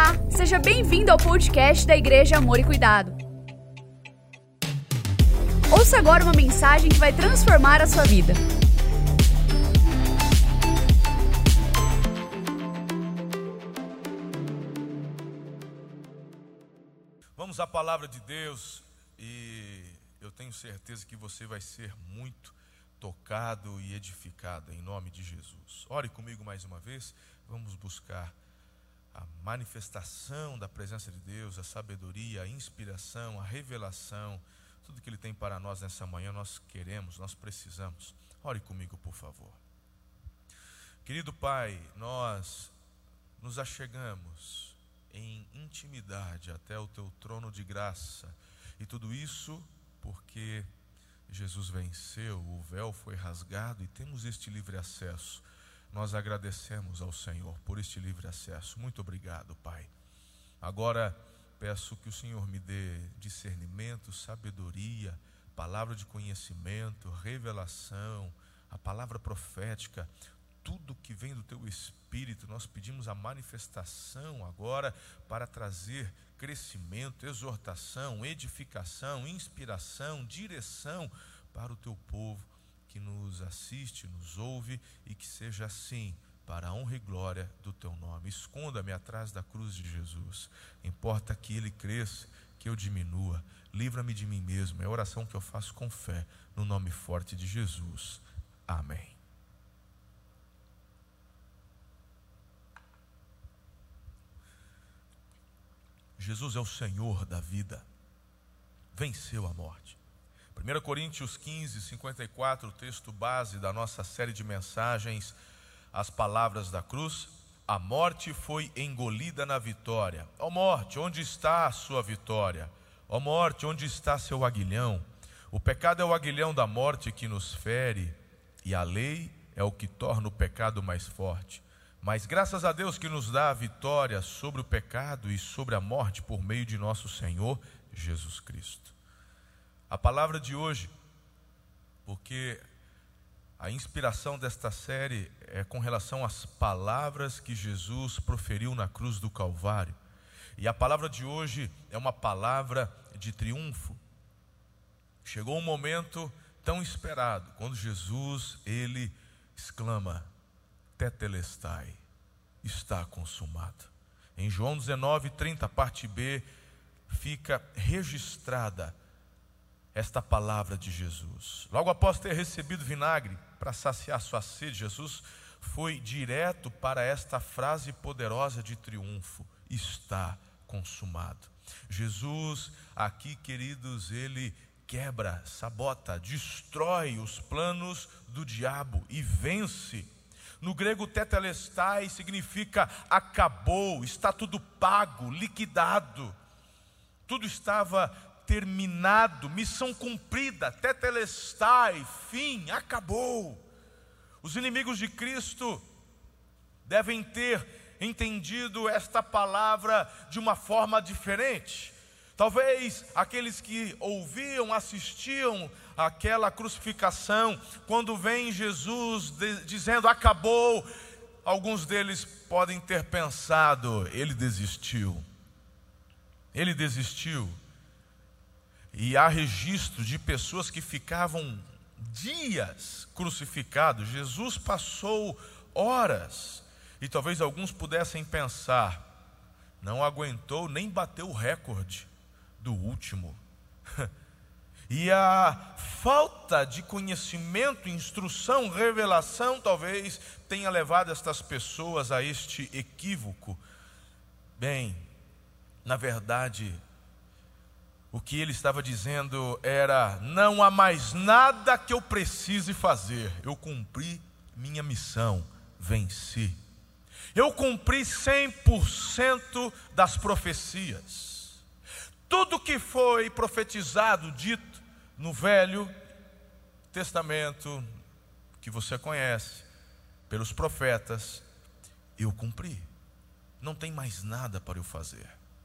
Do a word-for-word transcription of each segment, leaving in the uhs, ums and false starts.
Olá, seja bem-vindo ao podcast da Igreja Amor e Cuidado. Ouça agora uma mensagem que vai transformar a sua vida. Vamos à palavra de Deus e eu tenho certeza que você vai ser muito tocado e edificado em nome de Jesus. Ore comigo mais uma vez, vamos buscar a manifestação da presença de Deus, a sabedoria, a inspiração, a revelação, tudo que Ele tem para nós nessa manhã, nós queremos, nós precisamos. Ore comigo, por favor. Querido Pai, nós nos achegamos em intimidade até o Teu trono de graça, e tudo isso porque Jesus venceu, o véu foi rasgado e temos este livre acesso. Nós agradecemos ao Senhor por este livre acesso. Muito obrigado, Pai. Agora peço que o Senhor me dê discernimento, sabedoria, palavra de conhecimento, revelação, a palavra profética, tudo que vem do Teu Espírito. Nós pedimos a manifestação agora para trazer crescimento, exortação, edificação, inspiração, direção para o Teu povo que nos assiste, nos ouve, e que seja assim, para a honra e glória do Teu nome. Esconda-me atrás da cruz de Jesus. Importa que Ele cresça, que eu diminua. Livra-me de mim mesmo. É a oração que eu faço com fé, no nome forte de Jesus. Amém. Jesus é o Senhor da vida. Venceu a morte. primeira Coríntios quinze, cinquenta e quatro, o texto base da nossa série de mensagens, as palavras da cruz. A morte foi engolida na vitória. Ó morte, onde está a sua vitória? Ó morte, onde está seu aguilhão? O pecado é o aguilhão da morte que nos fere, e a lei é o que torna o pecado mais forte. Mas graças a Deus que nos dá a vitória sobre o pecado e sobre a morte por meio de nosso Senhor Jesus Cristo. A palavra de hoje, porque a inspiração desta série é com relação às palavras que Jesus proferiu na cruz do Calvário. E a palavra de hoje é uma palavra de triunfo. Chegou um momento tão esperado, quando Jesus, Ele exclama: Tetelestai, está consumado. Em João dezenove, trinta, parte B, fica registrada esta palavra de Jesus. Logo após ter recebido vinagre para saciar sua sede, Jesus foi direto para esta frase poderosa de triunfo: está consumado. Jesus aqui, queridos, Ele quebra, sabota, destrói os planos do diabo e vence. No grego, tetelestai significa acabou, está tudo pago, liquidado. Tudo estava terminado, missão cumprida, tetelestai, fim, acabou. Os inimigos de Cristo devem ter entendido esta palavra de uma forma diferente. Talvez aqueles que ouviam, assistiam àquela crucificação, quando vem Jesus de, dizendo acabou, alguns deles podem ter pensado: ele desistiu, ele desistiu. E há registro de pessoas que ficavam dias crucificados. Jesus passou horas, e talvez alguns pudessem pensar: não aguentou, nem bateu o recorde do último. E a falta de conhecimento, instrução, revelação, talvez tenha levado estas pessoas a este equívoco. Bem, na verdade, o que ele estava dizendo era: não há mais nada que eu precise fazer. Eu cumpri minha missão, venci. Eu cumpri cem por cento das profecias. Tudo que foi profetizado, dito no Velho Testamento, que você conhece, pelos profetas, eu cumpri. Não tem mais nada para eu fazer.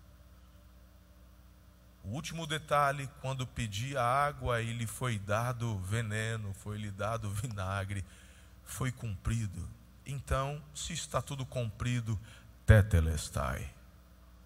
O último detalhe, quando pedi a água e lhe foi dado veneno, foi lhe dado vinagre, foi cumprido. Então, se está tudo cumprido, tetelestai.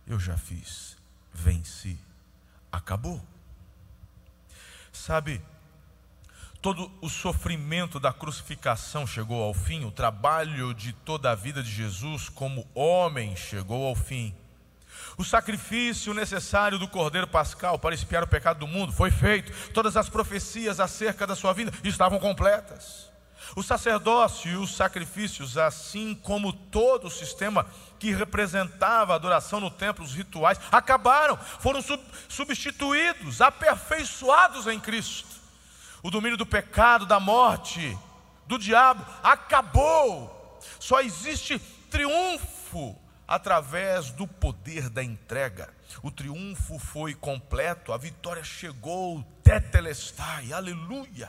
eu já fiz, venci, acabou. Sabe, todo o sofrimento da crucificação chegou ao fim, o trabalho de toda a vida de Jesus como homem chegou ao fim. O sacrifício necessário do Cordeiro Pascal para expiar o pecado do mundo foi feito. Todas as profecias acerca da sua vinda estavam completas. O sacerdócio e os sacrifícios, assim como todo o sistema que representava a adoração no templo, os rituais, acabaram, foram sub- substituídos, aperfeiçoados em Cristo. O domínio do pecado, da morte, do diabo, acabou. Só existe triunfo através do poder da entrega. O triunfo foi completo, a vitória chegou, tetelestai, aleluia.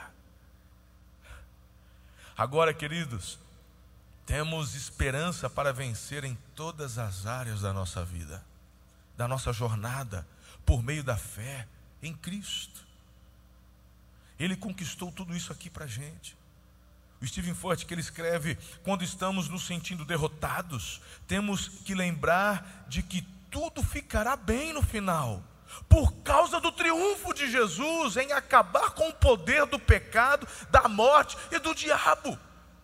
Agora, queridos, temos esperança para vencer em todas as áreas da nossa vida, da nossa jornada, por meio da fé em Cristo. Ele conquistou tudo isso aqui para a gente. O Stephen Furtick, que ele escreve: quando estamos nos sentindo derrotados, temos que lembrar de que tudo ficará bem no final, por causa do triunfo de Jesus em acabar com o poder do pecado, da morte e do diabo.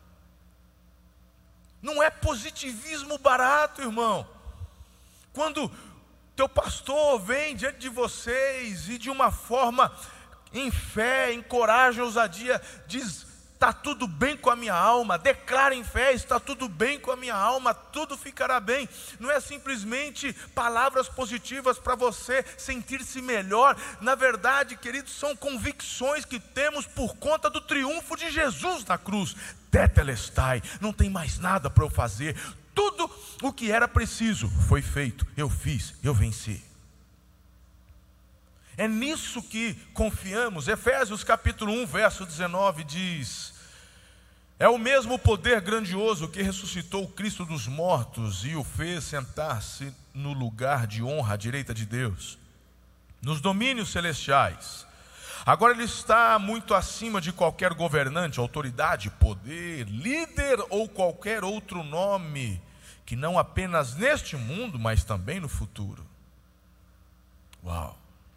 Não é positivismo barato, irmão. Quando teu pastor vem diante de vocês e de uma forma em fé, em coragem, ousadia, diz: está tudo bem com a minha alma, declara em fé: está tudo bem com a minha alma, tudo ficará bem. Não é simplesmente palavras positivas para você sentir-se melhor. Na verdade, queridos, são convicções que temos por conta do triunfo de Jesus na cruz. Tetelestai, não tem mais nada para eu fazer, tudo o que era preciso foi feito, eu fiz, eu venci. É nisso que confiamos. Efésios capítulo um, verso dezenove diz: é o mesmo poder grandioso que ressuscitou o Cristo dos mortos e o fez sentar-se no lugar de honra à direita de Deus, nos domínios celestiais. Agora ele está muito acima de qualquer governante, autoridade, poder, líder ou qualquer outro nome, que não apenas neste mundo, mas também no futuro. Uau!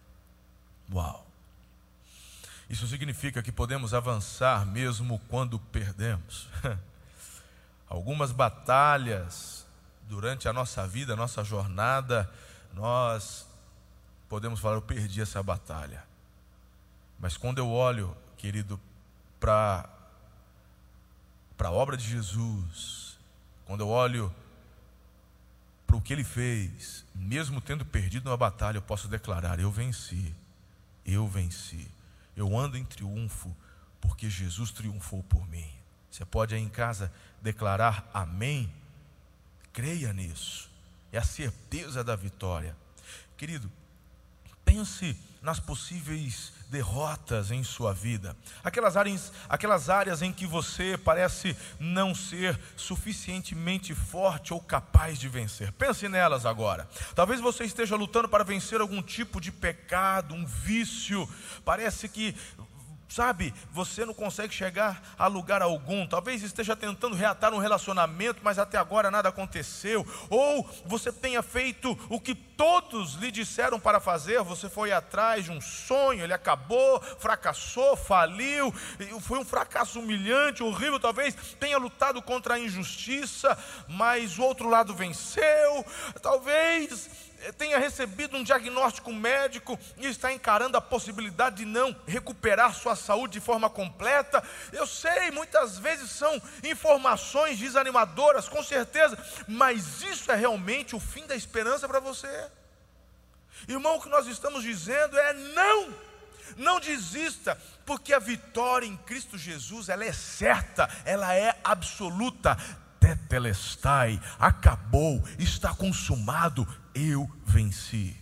Uau! Isso significa que podemos avançar mesmo quando perdemos. Algumas batalhas durante a nossa vida, a nossa jornada, nós podemos falar: eu perdi essa batalha. Mas quando eu olho, querido, para para a obra de Jesus, quando eu olho para o que Ele fez, mesmo tendo perdido uma batalha, eu posso declarar: eu venci. Eu venci, eu ando em triunfo, porque Jesus triunfou por mim. Você pode aí em casa declarar amém? Creia nisso, é a certeza da vitória. Querido, pense nas possíveis derrotas em sua vida, aquelas áreas, aquelas áreas em que você parece não ser suficientemente forte ou capaz de vencer. Pense nelas agora. Talvez você esteja lutando para vencer algum tipo de pecado, um vício. Parece que, sabe, você não consegue chegar a lugar algum. Talvez esteja tentando reatar um relacionamento, mas até agora nada aconteceu. Ou você tenha feito o que todos lhe disseram para fazer. Você foi atrás de um sonho, ele acabou, fracassou, faliu, foi um fracasso humilhante, horrível. Talvez tenha lutado contra a injustiça, mas o outro lado venceu. Talvez tenha recebido um diagnóstico médico e está encarando a possibilidade de não recuperar sua saúde de forma completa. Eu sei, muitas vezes são informações desanimadoras, com certeza, mas isso é realmente o fim da esperança para você? Irmão, o que nós estamos dizendo é não, não desista, porque a vitória em Cristo Jesus, ela é certa, ela é absoluta. Tetelestai, acabou, está consumado, eu venci.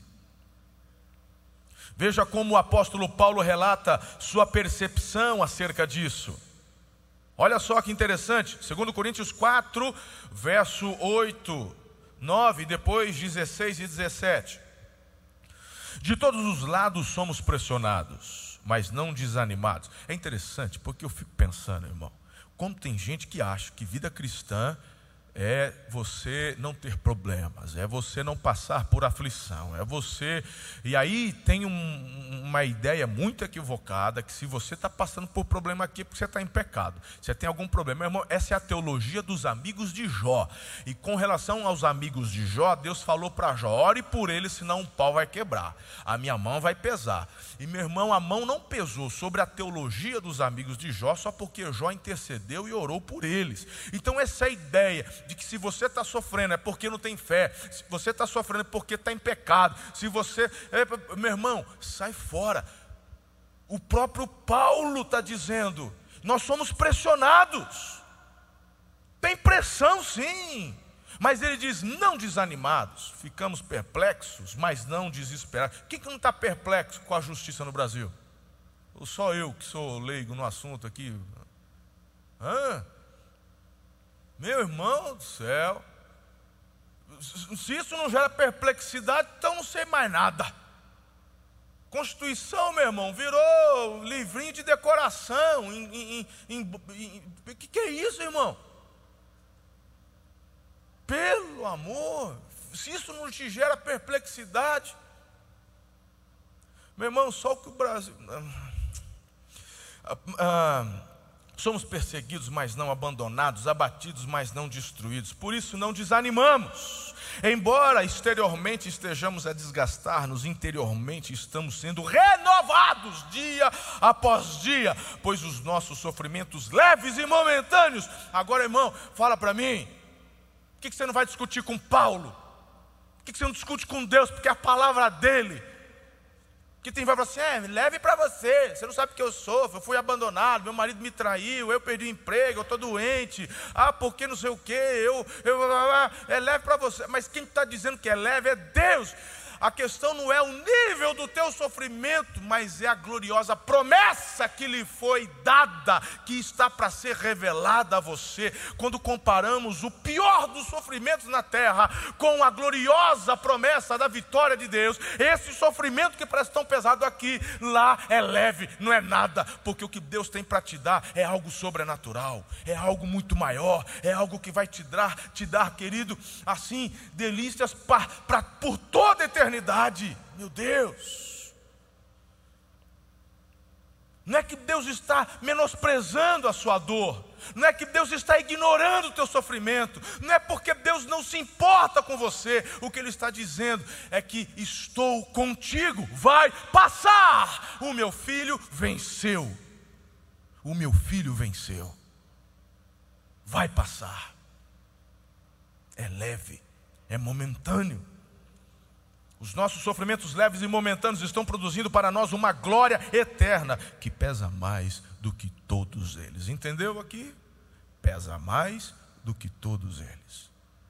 Veja como o apóstolo Paulo relata sua percepção acerca disso. Olha só que interessante, segundo Coríntios quatro, verso oito, nove, depois dezesseis e dezessete. De todos os lados somos pressionados, mas não desanimados. É interessante porque eu fico pensando, irmão, como tem gente que acha que vida cristã é você não ter problemas, é você não passar por aflição, é você... E aí tem um, uma ideia muito equivocada, que se você está passando por problema aqui, é porque você está em pecado, você tem algum problema. Meu irmão, essa é a teologia dos amigos de Jó. E com relação aos amigos de Jó, Deus falou para Jó: ore por eles, senão o pau vai quebrar, a minha mão vai pesar. E meu irmão, a mão não pesou sobre a teologia dos amigos de Jó, só porque Jó intercedeu e orou por eles. Então essa ideia de que se você está sofrendo é porque não tem fé, se você está sofrendo é porque está em pecado, se você... É, meu irmão, sai fora. O próprio Paulo está dizendo: nós somos pressionados, tem pressão sim, mas ele diz: não desanimados, ficamos perplexos, mas não desesperados. Quem que não está perplexo com a justiça no Brasil? Ou só eu que sou leigo no assunto aqui? Hã? Meu irmão do céu, se isso não gera perplexidade, então não sei mais nada. Constituição, meu irmão, virou livrinho de decoração. O que, que é isso, irmão? Pelo amor, se isso não te gera perplexidade, meu irmão, só o que o Brasil... Ah, ah, somos perseguidos, mas não abandonados, abatidos, mas não destruídos. Por isso não desanimamos. Embora exteriormente estejamos a desgastar-nos, interiormente estamos sendo renovados dia após dia, pois os nossos sofrimentos leves e momentâneos... Agora, irmão, fala para mim, por que você não vai discutir com Paulo? Por que você não discute com Deus? Porque é a palavra dele. Que tem vai falar assim: é, leve para você, você não sabe que eu sofro, eu fui abandonado, meu marido me traiu, eu perdi o emprego, eu estou doente, ah, porque não sei o que, eu, eu, é leve para você. Mas quem está dizendo que é leve é Deus. A questão não é o nível do teu sofrimento, mas é a gloriosa promessa que lhe foi dada, que está para ser revelada a você. Quando comparamos o pior dos sofrimentos na terra com a gloriosa promessa da vitória de Deus, esse sofrimento que parece tão pesado aqui, lá é leve, não é nada, porque o que Deus tem para te dar é algo sobrenatural, é algo muito maior, é algo que vai te dar, te dar, querido, assim, delícias pra, pra, por toda a eternidade. Meu Deus, não é que Deus está menosprezando a sua dor, não é que Deus está ignorando o teu sofrimento, não é porque Deus não se importa com você. O que Ele está dizendo é que estou contigo, vai passar. O meu filho venceu, o meu filho venceu, vai passar. É leve, é momentâneo. Os nossos sofrimentos leves e momentâneos estão produzindo para nós uma glória eterna, que pesa mais do que todos eles. Entendeu aqui? Pesa mais do que todos eles.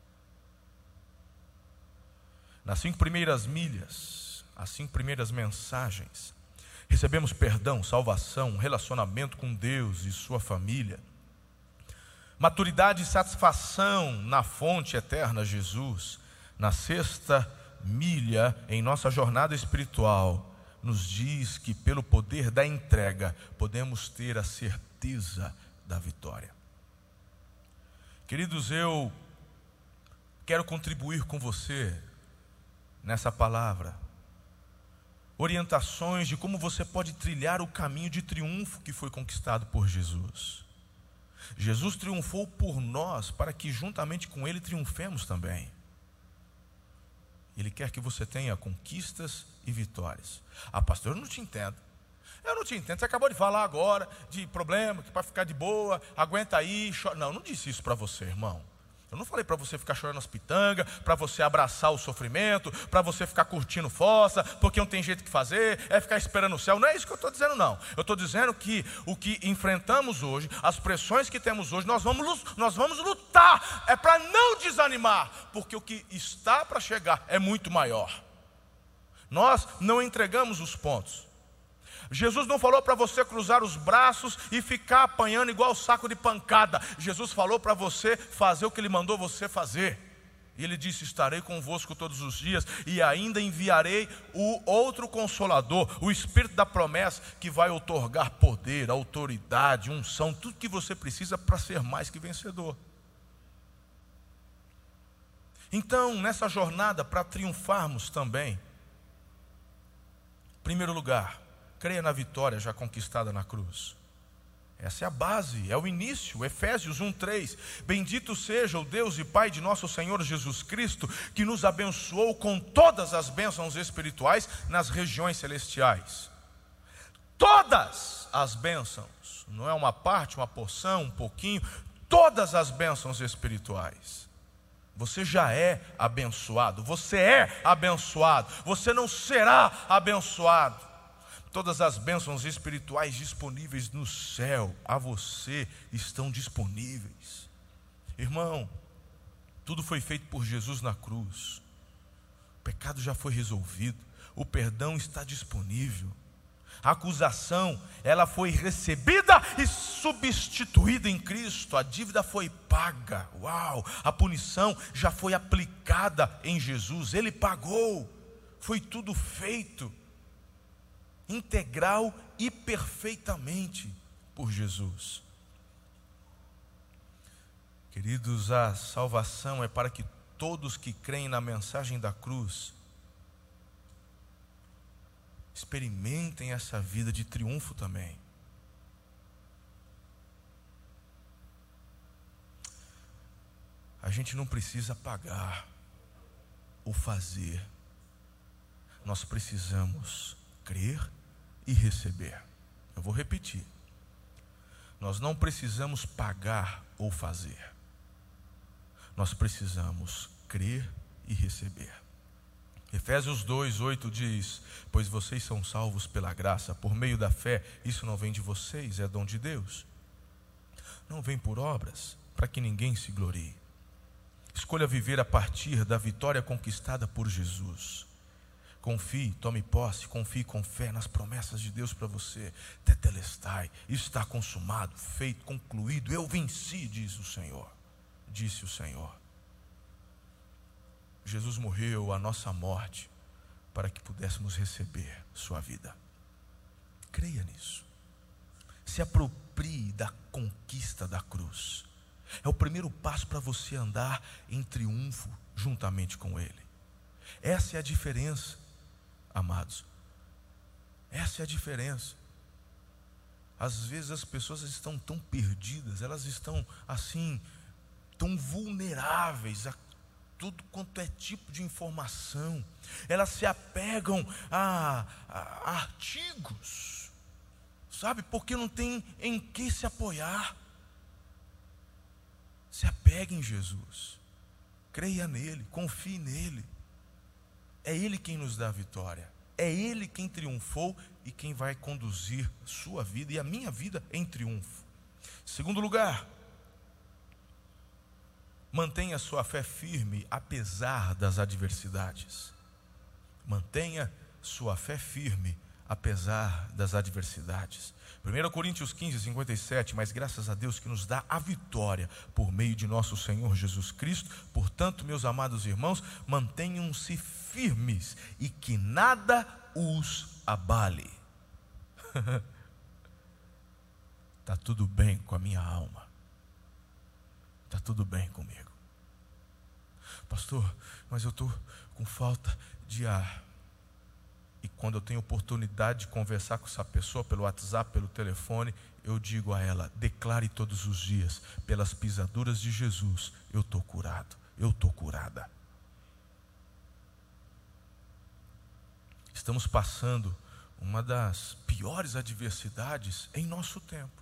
Nas cinco primeiras milhas, as cinco primeiras mensagens, recebemos perdão, salvação, relacionamento com Deus e sua família, maturidade e satisfação na fonte eterna Jesus. Na sexta milha, em nossa jornada espiritual, nos diz que pelo poder da entrega podemos ter a certeza da vitória. Queridos, eu quero contribuir com você nessa palavra orientações de como você pode trilhar o caminho de triunfo que foi conquistado por Jesus. Jesus triunfou por nós para que juntamente com Ele triunfemos também. Ele quer que você tenha conquistas e vitórias. Ah, pastor, eu não te entendo. Eu não te entendo. Você acabou de falar agora de problema, que para ficar de boa, aguenta aí, chora. Não, eu não disse isso para você, irmão. Eu não falei para você ficar chorando as pitangas, para você abraçar o sofrimento, para você ficar curtindo fossa, porque não tem jeito que fazer, é ficar esperando o céu. Não é isso que eu estou dizendo, não. Eu estou dizendo que o que enfrentamos hoje, as pressões que temos hoje, nós vamos, nós vamos lutar. É para não desanimar, porque o que está para chegar é muito maior. Nós não entregamos os pontos. Jesus não falou para você cruzar os braços e ficar apanhando igual saco de pancada. Jesus falou para você fazer o que Ele mandou você fazer. E Ele disse: estarei convosco todos os dias e ainda enviarei o outro Consolador, o Espírito da promessa, que vai outorgar poder, autoridade, unção, tudo que você precisa para ser mais que vencedor. Então, nessa jornada, para triunfarmos também, em primeiro lugar, creia na vitória já conquistada na cruz. Essa é a base, é o início. Efésios um, três. Bendito seja o Deus e Pai de nosso Senhor Jesus Cristo, que nos abençoou com todas as bênçãos espirituais nas regiões celestiais. Todas as bênçãos, não é uma parte, uma porção, um pouquinho, todas as bênçãos espirituais. Você já é abençoado, você é abençoado, você não será abençoado. Todas as bênçãos espirituais disponíveis no céu a você estão disponíveis. Irmão, tudo foi feito por Jesus na cruz. O pecado já foi resolvido, o perdão está disponível. A acusação, ela foi recebida e substituída em Cristo. A dívida foi paga. Uau! A punição já foi aplicada em Jesus. Ele pagou. Foi tudo feito integral e perfeitamente por Jesus. Queridos, a salvação é para que todos que creem na mensagem da cruz experimentem essa vida de triunfo também. A gente não precisa pagar ou fazer. Nós precisamos crer e receber. Eu vou repetir. Nós não precisamos pagar ou fazer. Nós precisamos crer e receber. Efésios dois, oito diz: pois vocês são salvos pela graça, por meio da fé. Isso não vem de vocês, é dom de Deus. Não vem por obras, para que ninguém se glorie. Escolha viver a partir da vitória conquistada por Jesus. Confie, tome posse, confie com fé nas promessas de Deus para você. Tetelestai, está consumado, feito, concluído. Eu venci, diz o Senhor. Disse o Senhor. Jesus morreu a nossa morte para que pudéssemos receber sua vida. Creia nisso. Se aproprie da conquista da cruz. É o primeiro passo para você andar em triunfo juntamente com Ele. Essa é a diferença, amados. Essa é a diferença. Às vezes as pessoas estão tão perdidas, elas estão assim, tão vulneráveis a tudo quanto é tipo de informação. Elas se apegam a, a, a artigos, sabe, porque não tem em que se apoiar. Se apegue em Jesus, creia nele, confie nele. É Ele quem nos dá a vitória, é Ele quem triunfou e quem vai conduzir sua vida e a minha vida em triunfo. Segundo lugar, mantenha sua fé firme apesar das adversidades. Mantenha sua fé firme apesar das adversidades. primeira Coríntios quinze, cinquenta e sete, mas graças a Deus que nos dá a vitória por meio de nosso Senhor Jesus Cristo. Portanto, meus amados irmãos, mantenham-se firmes e que nada os abale. Está tudo bem com a minha alma. Está tudo bem comigo. Pastor, mas eu estou com falta de ar. E quando eu tenho oportunidade de conversar com essa pessoa pelo WhatsApp, pelo telefone, eu digo a ela: declare todos os dias, pelas pisaduras de Jesus, eu estou curado, eu estou curada. Estamos passando uma das piores adversidades em nosso tempo.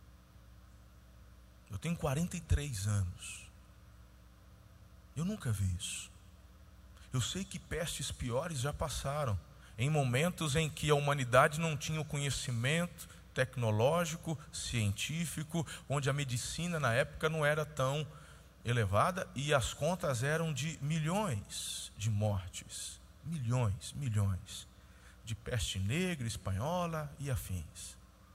Eu tenho quarenta e três anos. Eu nunca vi isso. Eu sei que pestes piores já passaram, em momentos em que a humanidade não tinha o conhecimento tecnológico, científico, onde a medicina na época não era tão elevada e as contas eram de milhões de mortes. Milhões, milhões. De peste negra, espanhola e afins.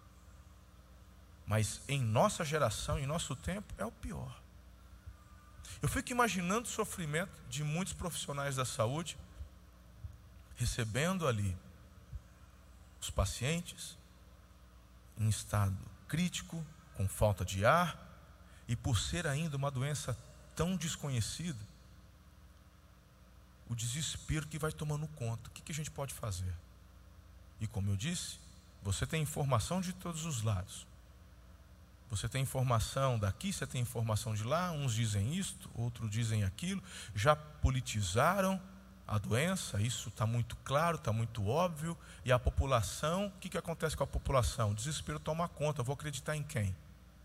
Mas em nossa geração, em nosso tempo, é o pior. Eu fico imaginando o sofrimento de muitos profissionais da saúde, recebendo ali os pacientes em estado crítico, com falta de ar, e por ser ainda uma doença tão desconhecida, o desespero que vai tomando conta. O que, que a gente pode fazer? E como eu disse, você tem informação de todos os lados. Você tem informação daqui, você tem informação de lá. Uns dizem isto, outros dizem aquilo. Já politizaram a doença, isso está muito claro, está muito óbvio. E a população, o que, que acontece com a população? O desespero toma conta. Eu vou acreditar em quem?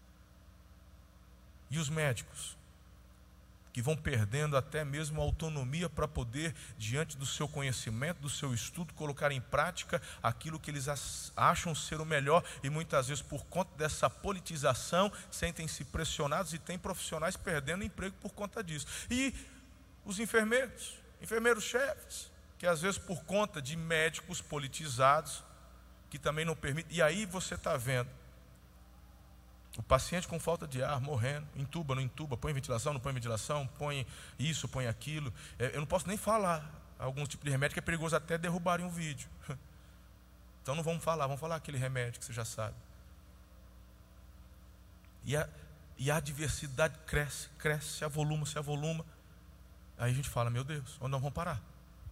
E os médicos, que vão perdendo até mesmo a autonomia para poder, diante do seu conhecimento, do seu estudo, colocar em prática aquilo que eles acham ser o melhor, e muitas vezes, por conta dessa politização, sentem-se pressionados e tem profissionais perdendo emprego por conta disso. E os enfermeiros, enfermeiros-chefes, que às vezes por conta de médicos politizados, que também não permitem, e aí você está vendo o paciente com falta de ar, morrendo, entuba, não entuba, põe ventilação, não põe ventilação, põe isso, põe aquilo. Eu não posso nem falar alguns tipos de remédio que é perigoso até derrubarem um vídeo. Então não vamos falar, vamos falar aquele remédio que você já sabe. E a, e a adversidade cresce, cresce, se avoluma, se avoluma. Aí a gente fala, meu Deus, onde nós vamos parar?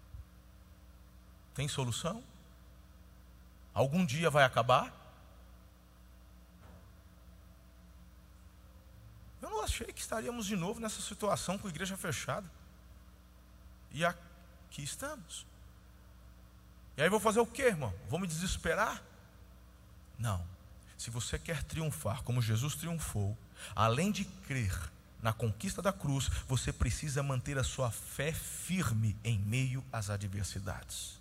Tem solução? Algum dia vai acabar? Eu não achei que estaríamos de novo nessa situação com a igreja fechada. E aqui estamos. E aí vou fazer o quê, irmão? Vou me desesperar? Não. Se você quer triunfar como Jesus triunfou, além de crer na conquista da cruz, você precisa manter a sua fé firme em meio às adversidades.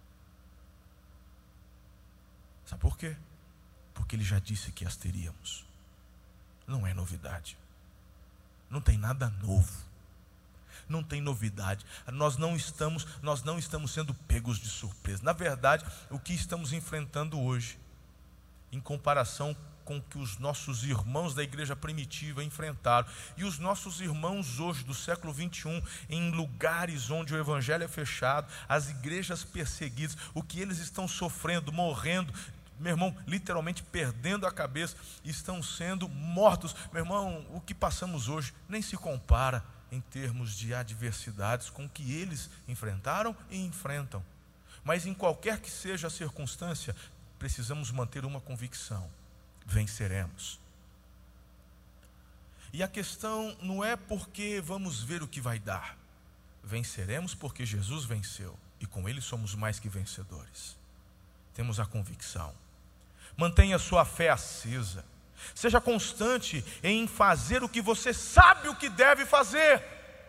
Sabe por quê? Porque Ele já disse que as teríamos. Não é novidade. Não tem nada novo. Não tem novidade. Nós não estamos, nós não estamos sendo pegos de surpresa. Na verdade, o que estamos enfrentando hoje, em comparação com o que os nossos irmãos da igreja primitiva enfrentaram, e os nossos irmãos hoje do século vinte e um, em lugares onde o evangelho é fechado, as igrejas perseguidas, o que eles estão sofrendo, morrendo, meu irmão, literalmente perdendo a cabeça, estão sendo mortos. Meu irmão, o que passamos hoje nem se compara em termos de adversidades com o que eles enfrentaram e enfrentam. Mas em qualquer que seja a circunstância, precisamos manter uma convicção: venceremos. E a questão não é porque vamos ver o que vai dar. Venceremos porque Jesus venceu, e com Ele somos mais que vencedores. Temos a convicção. Mantenha sua fé acesa. Seja constante em fazer o que você sabe o que deve fazer.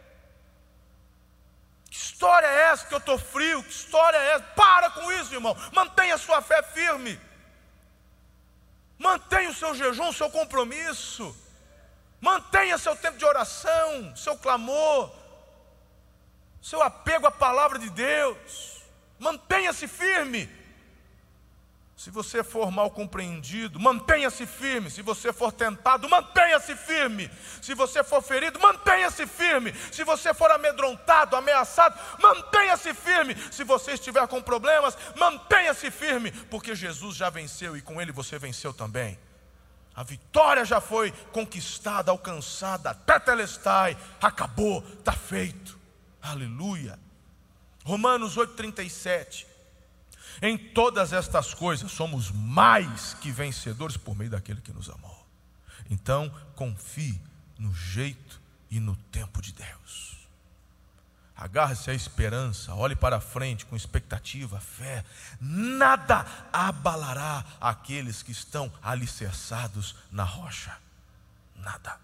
Que história é essa que eu estou frio? Que história é essa? Para com isso, irmão. Mantenha sua fé firme. Mantenha o seu jejum, o seu compromisso. Mantenha seu tempo de oração, seu clamor, seu apego à palavra de Deus. Mantenha-se firme. Se você for mal compreendido, mantenha-se firme. Se você for tentado, mantenha-se firme. Se você for ferido, mantenha-se firme. Se você for amedrontado, ameaçado, mantenha-se firme. Se você estiver com problemas, mantenha-se firme, porque Jesus já venceu e com Ele você venceu também. A vitória já foi conquistada, alcançada, tetelestai, acabou, está feito. Aleluia. Romanos oito, trinta e sete. Em todas estas coisas somos mais que vencedores por meio daquele que nos amou. Então confie no jeito e no tempo de Deus. Agarre-se à esperança, olhe para frente com expectativa, fé. Nada abalará aqueles que estão alicerçados na rocha. Nada.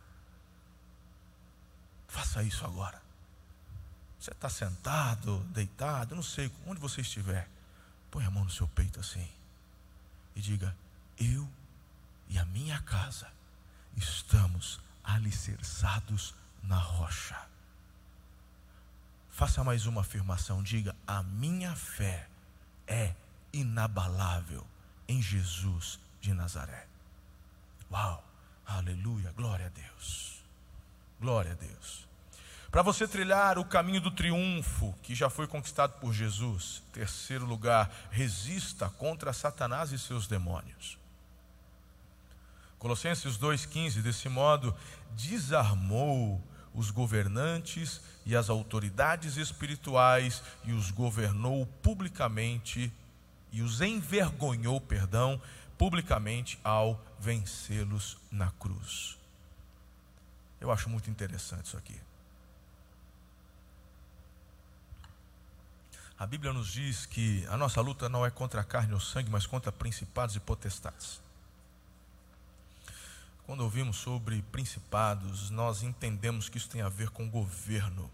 Faça isso agora. Você está sentado, deitado, não sei, onde você estiver. Põe a mão no seu peito assim e diga: eu e a minha casa estamos alicerçados na rocha. Faça mais uma afirmação, diga: a minha fé é inabalável em Jesus de Nazaré. Uau, aleluia, glória a Deus, glória a Deus. Para você trilhar o caminho do triunfo que já foi conquistado por Jesus, terceiro lugar, resista contra Satanás e seus demônios. Colossenses dois, quinze, desse modo, desarmou os governantes e as autoridades espirituais e os governou publicamente e os envergonhou, perdão, publicamente ao vencê-los na cruz. Eu acho muito interessante isso aqui. A Bíblia nos diz que a nossa luta não é contra a carne ou sangue, mas contra principados e potestades. Quando ouvimos sobre principados, nós entendemos que isso tem a ver com governo.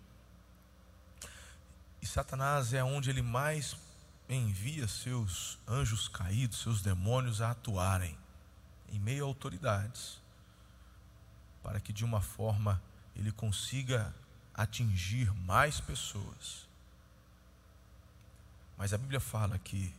E Satanás é onde ele mais envia seus anjos caídos, seus demônios a atuarem em meio a autoridades, para que de uma forma ele consiga atingir mais pessoas. Mas a Bíblia fala que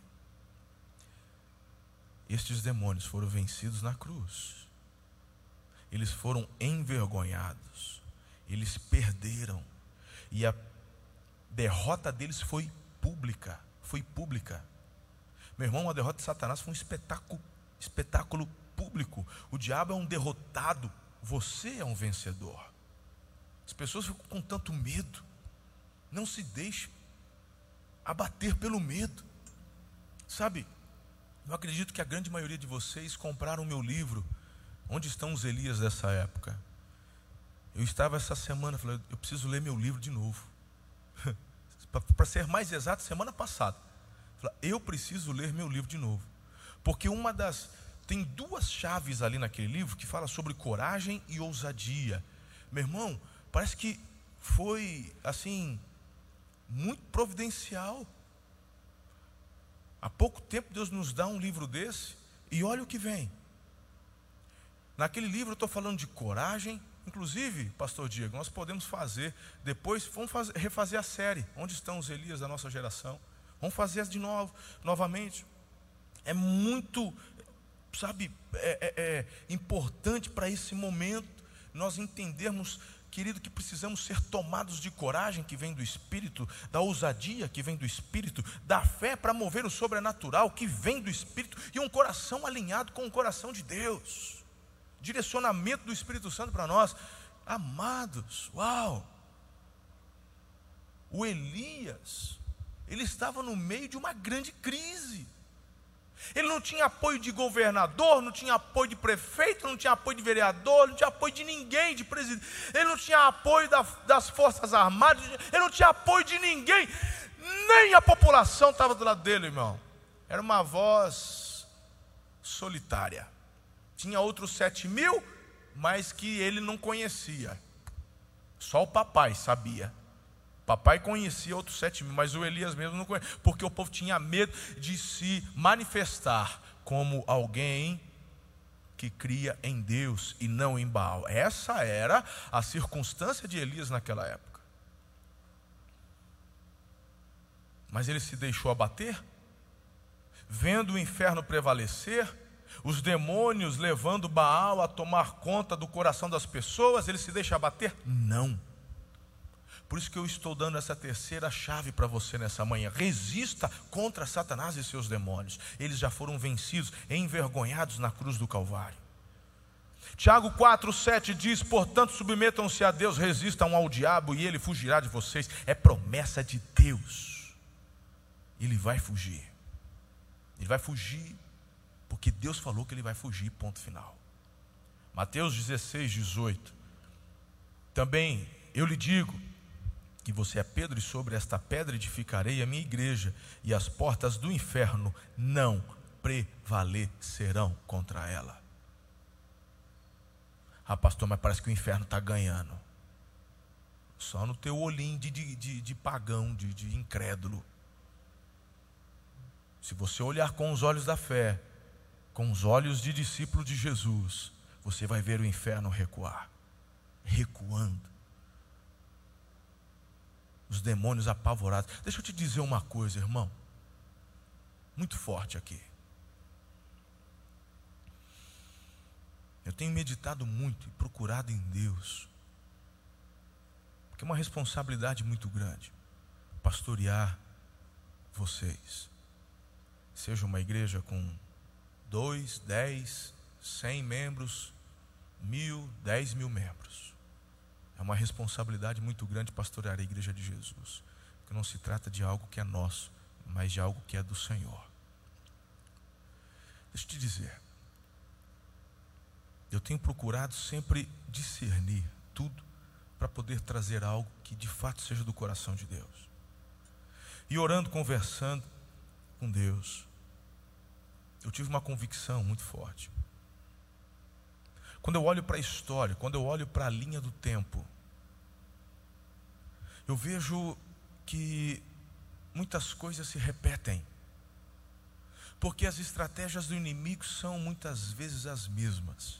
estes demônios foram vencidos na cruz. Eles foram envergonhados, eles perderam, e a derrota deles foi pública, foi pública. Meu irmão, a derrota de Satanás foi um espetáculo, espetáculo público. O diabo é um derrotado, você é um vencedor. As pessoas ficam com tanto medo. Não se deixe abater pelo medo. Sabe, eu acredito que a grande maioria de vocês compraram o meu livro, Onde Estão os Elias dessa época. Eu estava essa semana, falei, eu preciso ler meu livro de novo. Para ser mais exato, semana passada. Falei, eu preciso ler meu livro de novo. Porque uma das... Tem duas chaves ali naquele livro que fala sobre coragem e ousadia. Meu irmão, parece que foi, assim, muito providencial. Há pouco tempo Deus nos dá um livro desse e olha o que vem. Naquele livro eu estou falando de coragem. Inclusive, pastor Diego, nós podemos fazer depois, vamos fazer, refazer a série Onde Estão os Elias da nossa geração. Vamos fazer de novo, novamente. É muito, sabe, é, é, é importante para esse momento nós entendermos, querido, que precisamos ser tomados de coragem que vem do Espírito, da ousadia que vem do Espírito, da fé para mover o sobrenatural que vem do Espírito, e um coração alinhado com o coração de Deus. Direcionamento do Espírito Santo para nós. Amados, uau! O Elias, ele estava no meio de uma grande crise. Ele não tinha apoio de governador, não tinha apoio de prefeito, não tinha apoio de vereador, não tinha apoio de ninguém, de presidente. Ele não tinha apoio da, das forças armadas, ele não tinha apoio de ninguém. Nem a população estava do lado dele, irmão. Era uma voz solitária. Tinha outros sete mil, mas que ele não conhecia. Só o papai sabia. O papai conhecia outros sete mil, mas o Elias mesmo não conhecia. Porque o povo tinha medo de se manifestar como alguém que cria em Deus e não em Baal. Essa era a circunstância de Elias naquela época. Mas ele se deixou abater, vendo o inferno prevalecer, os demônios levando Baal a tomar conta do coração das pessoas, ele se deixa abater? Não. Por isso que eu estou dando essa terceira chave para você nessa manhã. Resista contra Satanás e seus demônios. Eles já foram vencidos, envergonhados na cruz do Calvário. Tiago quatro, sete diz, portanto submetam-se a Deus, resistam ao diabo e ele fugirá de vocês. É promessa de Deus. Ele vai fugir. Ele vai fugir. Porque Deus falou que ele vai fugir, ponto final. Mateus dezesseis, dezoito. Também eu lhe digo que você é Pedro e sobre esta pedra edificarei a minha igreja e as portas do inferno não prevalecerão contra ela. Ah, pastor, mas parece que o inferno está ganhando. Só no teu olhinho de, de, de, de pagão, de, de incrédulo. Se você olhar com os olhos da fé, com os olhos de discípulo de Jesus, você vai ver o inferno recuar, recuando. Os demônios apavorados. Deixa eu te dizer uma coisa, irmão, muito forte aqui. Eu tenho meditado muito e procurado em Deus, porque é uma responsabilidade muito grande pastorear vocês. Seja uma igreja com dois, dez, cem membros, mil, dez mil membros. É uma responsabilidade muito grande pastorear a igreja de Jesus, porque não se trata de algo que é nosso, mas de algo que é do Senhor. Deixa eu te dizer, eu tenho procurado sempre discernir tudo para poder trazer algo que de fato seja do coração de Deus. E orando, conversando com Deus, eu tive uma convicção muito forte. Quando eu olho para a história, quando eu olho para a linha do tempo, eu vejo que muitas coisas se repetem, porque as estratégias do inimigo são muitas vezes as mesmas.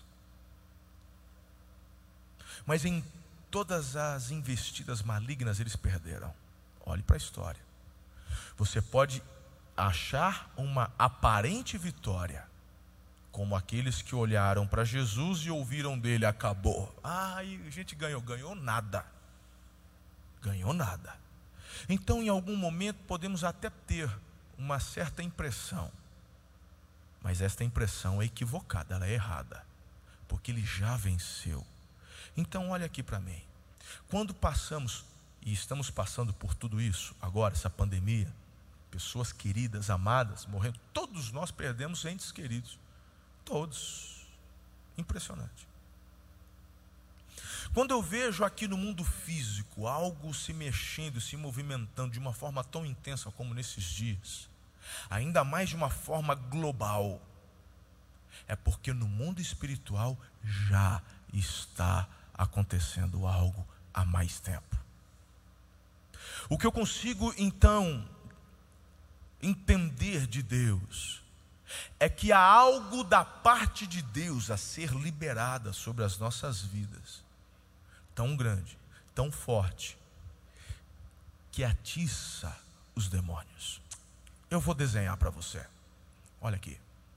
Mas em todas as investidas malignas eles perderam. Olhe para a história. Você pode achar uma aparente vitória, como aqueles que olharam para Jesus e ouviram dele: acabou. Ah, a gente ganhou, ganhou nada. Ganhou nada. Então, em algum momento, podemos até ter uma certa impressão, mas esta impressão é equivocada, ela é errada, porque ele já venceu. Então, olha aqui para mim. Quando passamos, e estamos passando por tudo isso agora, essa pandemia, pessoas queridas, amadas, morrendo, todos nós perdemos entes queridos, todos. Impressionante. Quando eu vejo aqui no mundo físico algo se mexendo, se movimentando de uma forma tão intensa como nesses dias, ainda mais de uma forma global, é porque no mundo espiritual já está acontecendo algo há mais tempo. O que eu consigo então entender de Deus é que há algo da parte de Deus a ser liberada sobre as nossas vidas, tão grande, tão forte, que atiça os demônios. Eu vou desenhar para você. Olha aqui.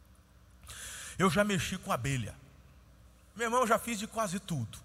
Eu já mexi com abelha. Meu irmão, eu já fiz de quase tudo.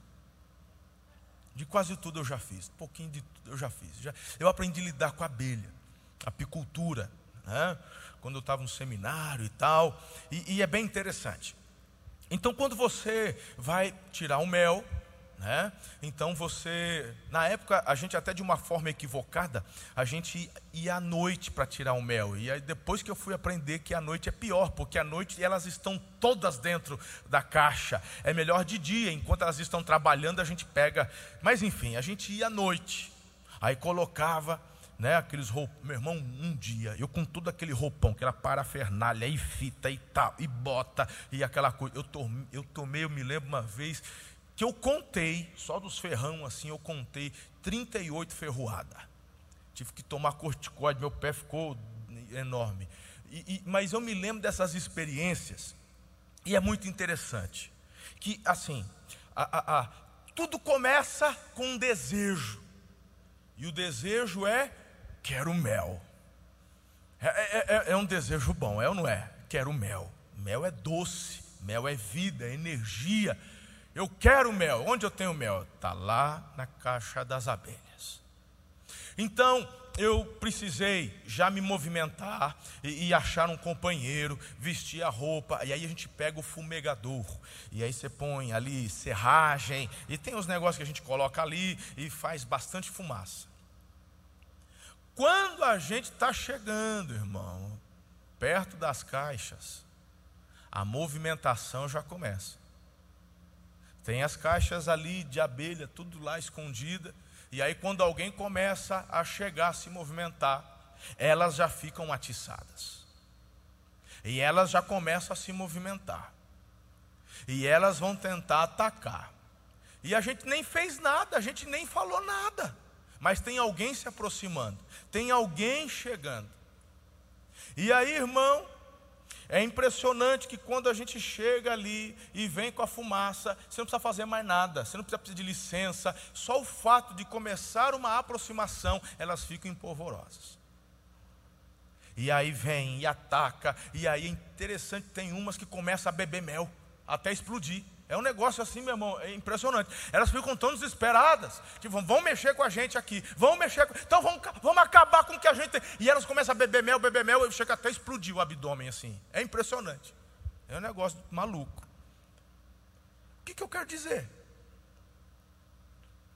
De quase tudo eu já fiz. Um pouquinho de tudo eu já fiz. Já, eu aprendi a lidar com a abelha, apicultura, né? Quando eu estava no seminário e tal. E, e é bem interessante. Então, quando você vai tirar o mel, né? Então você, na época, a gente até de uma forma equivocada, a gente ia à noite para tirar o mel. E aí depois que eu fui aprender que a noite é pior, porque à noite elas estão todas dentro da caixa. É melhor de dia, enquanto elas estão trabalhando a gente pega. Mas enfim, a gente ia à noite. Aí colocava, né, aqueles roupões. Meu irmão, um dia, eu com tudo aquele roupão, aquela parafernália e fita e tal, e bota, e aquela coisa. Eu tomei, eu, tomei, eu me lembro uma vez que eu contei, só dos ferrão assim, eu contei trinta e oito ferroadas. Tive que tomar corticóide, meu pé ficou enorme. E, e, mas eu me lembro dessas experiências, e é muito interessante, que assim, a, a, a, tudo começa com um desejo, e o desejo é, quero mel. É, é, é, é um desejo bom, é ou não é? Quero mel. Mel é doce, mel é vida, é energia. Eu quero mel. Onde eu tenho mel? Está lá na caixa das abelhas. Então, eu precisei já me movimentar e, e achar um companheiro, vestir a roupa. E aí a gente pega o fumegador. E aí você põe ali serragem. E tem os negócios que a gente coloca ali e faz bastante fumaça. Quando a gente está chegando, irmão, perto das caixas, a movimentação já começa. Tem as caixas ali de abelha, tudo lá escondida. E aí quando alguém começa a chegar, a se movimentar, elas já ficam atiçadas. E elas já começam a se movimentar. E elas vão tentar atacar. E a gente nem fez nada, a gente nem falou nada. Mas tem alguém se aproximando. Tem alguém chegando. E aí, irmão, é impressionante que quando a gente chega ali e vem com a fumaça, você não precisa fazer mais nada, você não precisa pedir licença, só o fato de começar uma aproximação, elas ficam empolvorosas. E aí vem e ataca, e aí é interessante, tem umas que começam a beber mel, até explodir. É um negócio assim, meu irmão, é impressionante. Elas ficam tão desesperadas, que vão, vão mexer com a gente aqui, vão mexer com... Então vamos, vamos acabar com o que a gente tem. E elas começam a beber mel, beber mel, e chega até a explodir o abdômen assim. É impressionante. É um negócio maluco. O que, que eu quero dizer?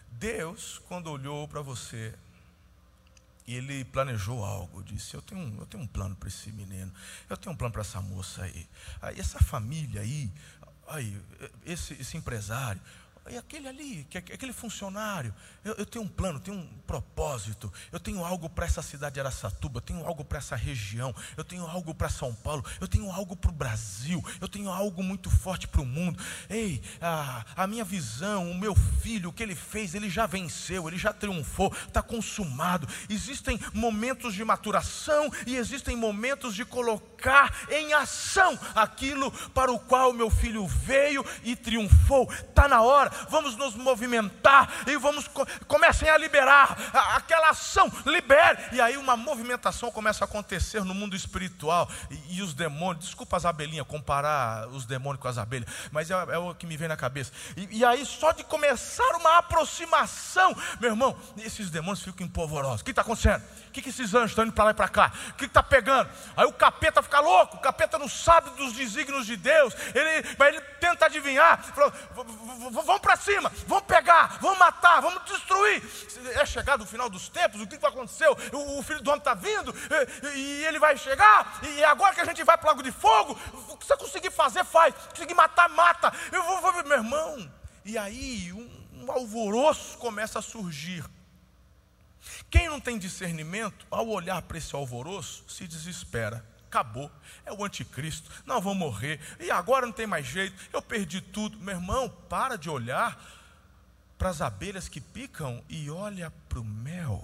Deus, quando olhou para você, Ele planejou algo, disse, eu tenho, eu tenho um plano para esse menino, eu tenho um plano para essa moça aí, aí essa família aí, aí esse, esse empresário, e aquele ali, aquele funcionário, eu, eu tenho um plano, tenho um propósito, eu tenho algo para essa cidade de Araçatuba, eu tenho algo para essa região, eu tenho algo para São Paulo, eu tenho algo para o Brasil, eu tenho algo muito forte para o mundo. Ei, a, a minha visão, o meu filho, o que ele fez, ele já venceu, ele já triunfou, está consumado. Existem momentos de maturação e existem momentos de colocar em ação aquilo para o qual meu filho veio e triunfou. Está na hora. Vamos nos movimentar e vamos, comecem a liberar aquela ação, libere, e aí uma movimentação começa a acontecer no mundo espiritual, e, e os demônios, desculpa as abelhinhas, comparar os demônios com as abelhas, mas é, é o que me vem na cabeça, e, e aí só de começar uma aproximação, meu irmão, esses demônios ficam empolvorosos. O que está acontecendo? O que, que esses anjos estão indo para lá e para cá? O que está pegando? Aí o capeta fica louco, o capeta não sabe dos desígnios de Deus, ele, mas ele tenta adivinhar, fala, vamos para cima, vamos pegar, vamos matar, vamos destruir. É chegado o final dos tempos, o que aconteceu? O, o filho do homem está vindo, e, e ele vai chegar, e agora que a gente vai para o lago de fogo, o que você conseguir fazer, faz, conseguir matar, mata. Eu vou, vou meu irmão, e aí um, um alvoroço começa a surgir. Quem não tem discernimento, ao olhar para esse alvoroço, se desespera. Acabou, é o anticristo, não, vou morrer, e agora não tem mais jeito, eu perdi tudo. Meu irmão, para de olhar para as abelhas que picam e olha para o mel.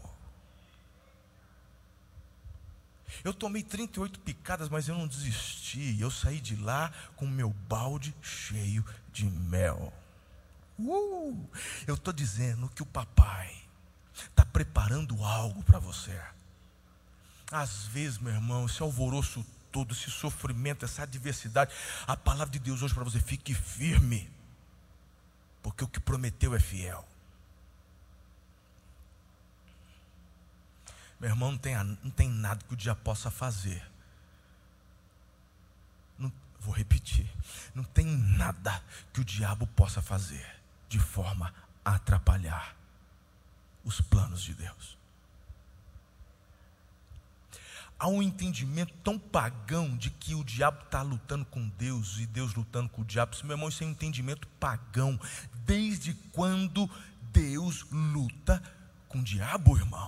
Eu tomei trinta e oito picadas, mas eu não desisti, eu saí de lá com o meu balde cheio de mel. Uh, eu estou dizendo que o papai está preparando algo para você. Às vezes, meu irmão, esse alvoroço todo, esse sofrimento, essa adversidade, a palavra de Deus hoje para você, fique firme, porque o que prometeu é fiel. Meu irmão, não tem, não tem nada que o diabo possa fazer. Não, vou repetir, não tem nada que o diabo possa fazer de forma a atrapalhar os planos de Deus. Há um entendimento tão pagão de que o diabo está lutando com Deus e Deus lutando com o diabo. Meu irmão, isso é um entendimento pagão. Desde quando Deus luta com o diabo, irmão?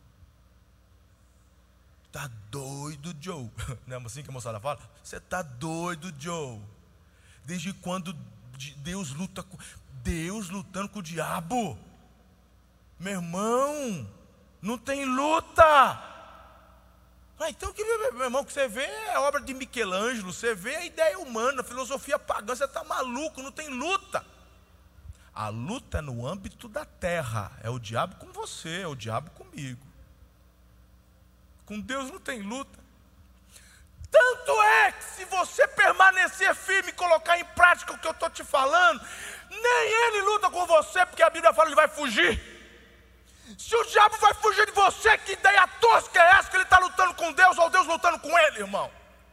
Está doido, Joe? Não é assim que a moçada fala? Você está doido, Joe? Desde quando Deus luta com Deus lutando com o diabo? Meu irmão, não tem luta. Ah, então, que, meu irmão, que você vê é obra de Michelangelo, você vê a ideia humana, a filosofia pagã, você está maluco, não tem luta. A luta é no âmbito da terra, é o diabo com você, é o diabo comigo. Com Deus não tem luta. Tanto é que se você permanecer firme e colocar em prática o que eu estou te falando, nem ele luta com você, porque a Bíblia fala que ele vai fugir. Se o diabo vai fugir de você, que ideia tosca é essa que ele está lutando com Deus ou Deus lutando com ele, irmão?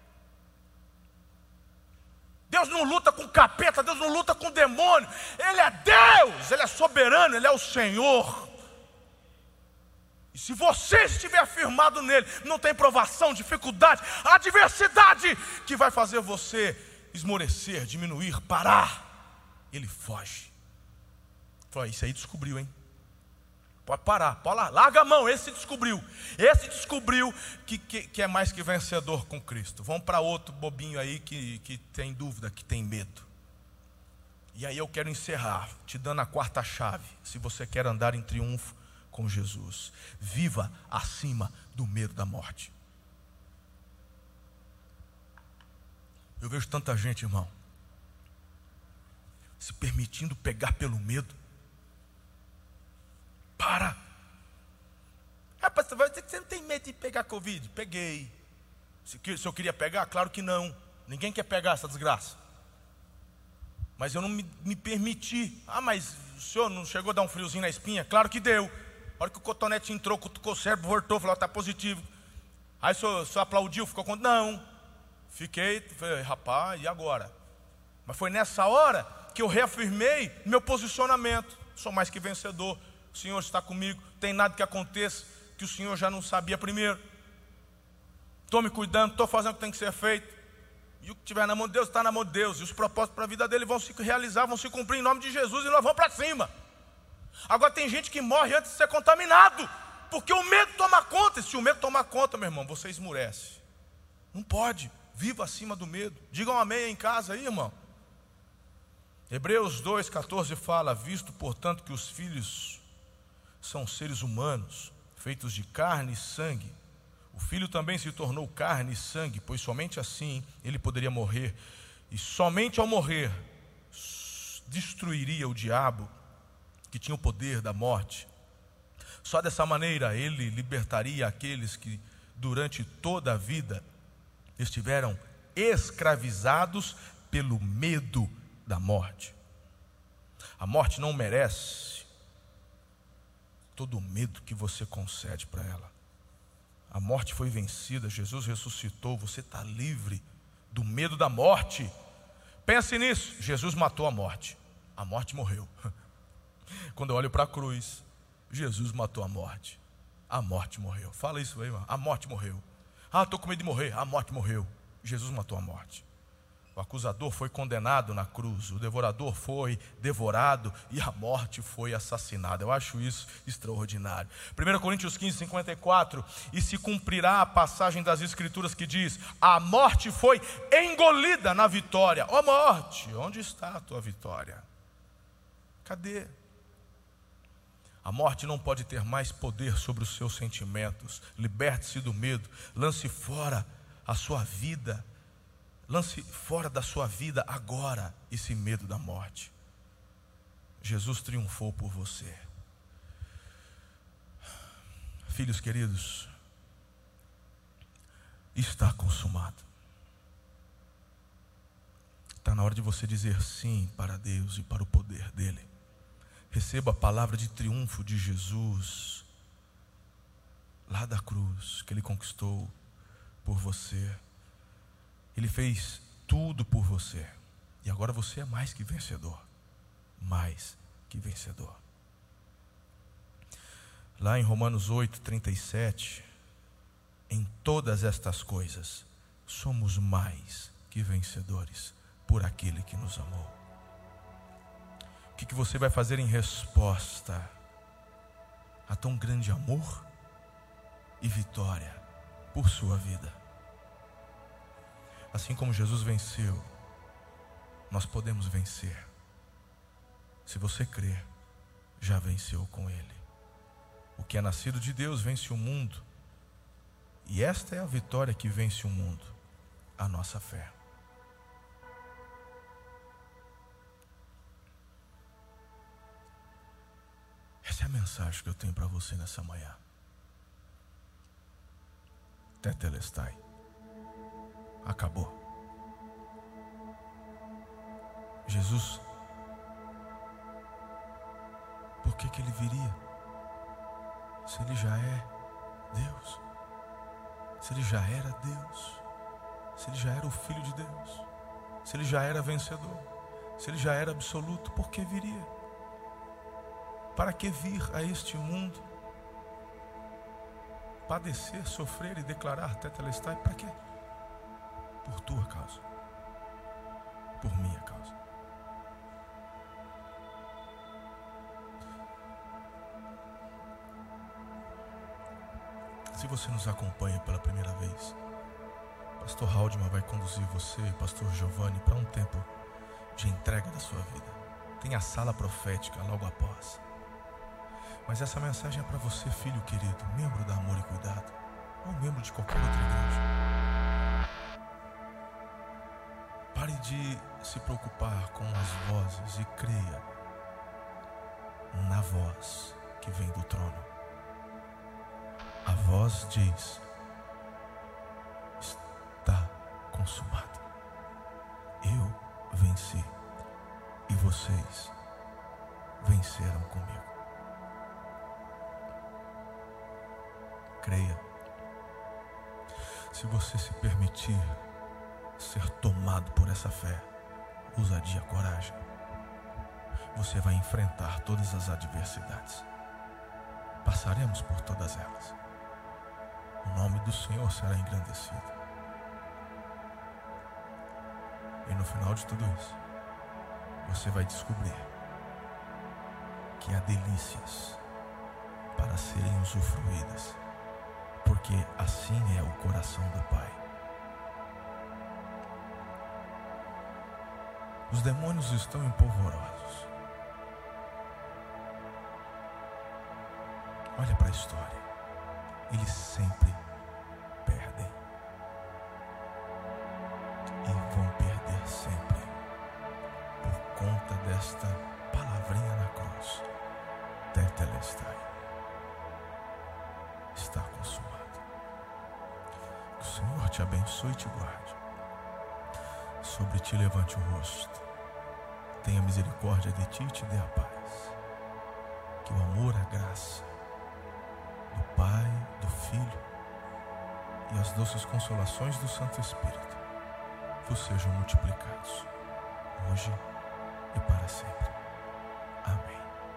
Deus não luta com capeta, Deus não luta com demônio. Ele é Deus, Ele é soberano, Ele é o Senhor. E se você estiver firmado nele, não tem provação, dificuldade, adversidade que vai fazer você esmorecer, diminuir, parar. Ele foge. Foi, isso aí descobriu, hein? Pode parar, pode lá, larga a mão, esse descobriu. Esse descobriu que, que, que é mais que vencedor com Cristo. Vamos para outro bobinho aí que, que tem dúvida, que tem medo. E aí eu quero encerrar, te dando a quarta chave. Se você quer andar em triunfo com Jesus, viva acima do medo da morte. Eu vejo tanta gente, irmão, se permitindo pegar pelo medo. Para. Rapaz, você vai dizer que você não tem medo de pegar Covid? Peguei. Se, se eu queria pegar? Claro que não. Ninguém quer pegar essa desgraça. Mas eu não me, me permiti. Ah, mas o senhor não chegou a dar um friozinho na espinha? Claro que deu. A hora que o cotonete entrou, cutucou o cérebro, voltou, falou, está positivo. Aí o senhor, o senhor aplaudiu, ficou com... Não. Fiquei, falei, rapaz, e agora? Mas foi nessa hora que eu reafirmei meu posicionamento. Sou mais que vencedor. o Senhor está comigo, tem nada que aconteça que o Senhor já não sabia primeiro. Estou me cuidando, estou fazendo o que tem que ser feito. E o que estiver na mão de Deus, está na mão de Deus. E os propósitos para a vida dele vão se realizar, vão se cumprir em nome de Jesus, e nós vamos para cima. Agora tem gente que morre antes de ser contaminado, porque o medo toma conta. E se o medo tomar conta, meu irmão, você esmurece. Não pode, viva acima do medo. Digam amém em casa aí, irmão. Hebreus dois, catorze fala: visto, portanto, que os filhos são seres humanos, feitos de carne e sangue, o Filho também se tornou carne e sangue, pois somente assim ele poderia morrer, e somente ao morrer destruiria o diabo, que tinha o poder da morte. Só dessa maneira ele libertaria aqueles que durante toda a vida estiveram escravizados pelo medo da morte. A morte não merece todo o medo que você concede para ela. A morte foi vencida, Jesus ressuscitou, você está livre do medo da morte. Pense nisso, Jesus matou a morte, a morte morreu. Quando eu olho para a cruz, Jesus matou a morte, a morte morreu. Fala isso aí, irmão. A morte morreu. Ah, estou com medo de morrer, a morte morreu. Jesus matou a morte. O acusador foi condenado na cruz, o devorador foi devorado e a morte foi assassinada. Eu acho isso extraordinário. primeira Coríntios quinze, cinquenta e quatro: e se cumprirá a passagem das Escrituras que diz: a morte foi engolida na vitória. Ó morte, onde está a tua vitória? Cadê? A morte não pode ter mais poder sobre os seus sentimentos. Liberte-se do medo, lance fora a sua vida. Lance fora da sua vida agora esse medo da morte. Jesus triunfou por você. Filhos queridos, está consumado. Está na hora de você dizer sim para Deus e para o poder dele. Receba a palavra de triunfo de Jesus lá da cruz, que ele conquistou por você. Ele fez tudo por você. E agora você é mais que vencedor. Mais que vencedor. Lá em Romanos oito, trinta e sete, em todas estas coisas somos mais que vencedores por aquele que nos amou. O que, que você vai fazer em resposta a tão grande amor e vitória por sua vida? Assim como Jesus venceu, nós podemos vencer. Se você crer, já venceu com Ele. O que é nascido de Deus vence o mundo. E esta é a vitória que vence o mundo, a nossa fé. Essa é a mensagem que eu tenho para você nessa manhã. Tetelestai. Acabou. Jesus, por que que ele viria? Se ele já é Deus, se ele já era Deus, se ele já era o Filho de Deus, se ele já era vencedor, se ele já era absoluto, por que viria? Para que vir a este mundo? Padecer, sofrer e declarar tetelestai, para quê? Por tua causa, por minha causa. Se você nos acompanha pela primeira vez, Pastor Haldman vai conduzir você, Pastor Giovanni, para um tempo de entrega da sua vida. Tem a sala profética logo após. Mas essa mensagem é para você, filho querido, membro da Amor e Cuidado, ou membro de qualquer outra igreja. Pare de se preocupar com as vozes e creia na voz que vem do trono. A voz diz: está consumado. Eu venci e vocês venceram comigo. Creia. Se você se permitir ser tomado por essa fé, ousadia, coragem, você vai enfrentar todas as adversidades. passaremos por todas elas. O nome do Senhor será engrandecido. E no final de tudo isso, você vai descobrir que há delícias para serem usufruídas, porque assim é o coração do Pai. Os demônios estão empolvorosos. Olha para a história. Eles sempre perdem. E vão perder sempre por conta desta palavrinha na cruz. Tetelestai. Está consumado. Que o Senhor te abençoe e te guarde. Sobre ti levante o rosto. Tenha misericórdia de ti e te dê a paz. Que o amor, a graça do Pai, do Filho e as doces consolações do Santo Espírito vos sejam multiplicados, hoje e para sempre. Amém.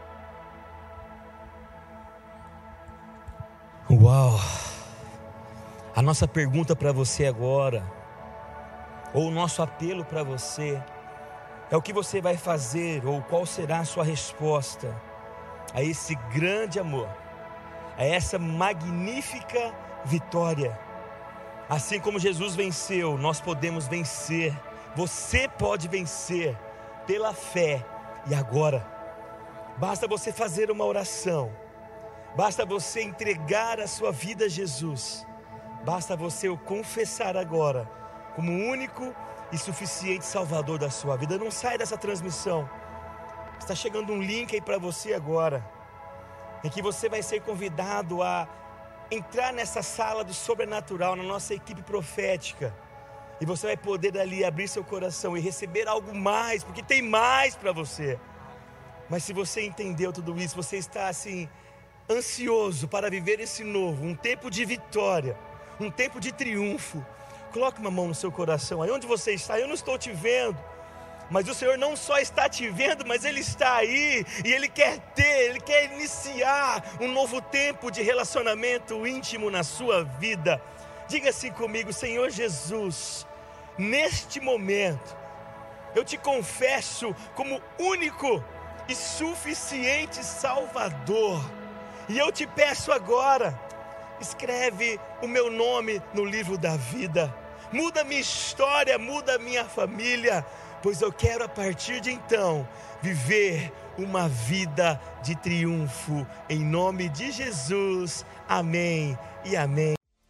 Uau! A nossa pergunta para você agora, ou o nosso apelo para você, é o que você vai fazer, ou qual será a sua resposta a esse grande amor, a essa magnífica vitória. Assim como Jesus venceu, nós podemos vencer. Você pode vencer pela fé. E agora, basta você fazer uma oração, basta você entregar a sua vida a Jesus, basta você o confessar agora como o único e suficiente Salvador da sua vida. Não sai dessa transmissão. Está chegando um link aí para você agora, em que você vai ser convidado a entrar nessa sala do sobrenatural, na nossa equipe profética, e você vai poder ali abrir seu coração e receber algo mais, porque tem mais para você. Mas se você entendeu tudo isso, você está assim ansioso para viver esse novo, um tempo de vitória, um tempo de triunfo, coloque uma mão no seu coração, aí onde você está. Eu não estou te vendo, mas o Senhor não só está te vendo, mas Ele está aí, e Ele quer ter, Ele quer iniciar um novo tempo de relacionamento íntimo na sua vida. Diga assim comigo: Senhor Jesus, neste momento, eu te confesso como único e suficiente Salvador, e eu te peço agora, escreve o meu nome no livro da vida, muda minha história, muda minha família, pois eu quero a partir de então viver uma vida de triunfo, em nome de Jesus, amém e amém.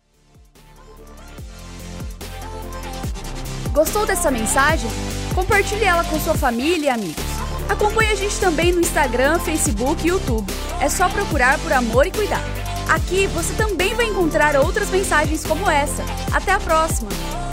Gostou dessa mensagem? Compartilhe ela com sua família e amigos. Acompanhe a gente também no Instagram, Facebook e YouTube. É só procurar por Amor e Cuidado. Aqui você também vai encontrar outras mensagens como essa. Até a próxima!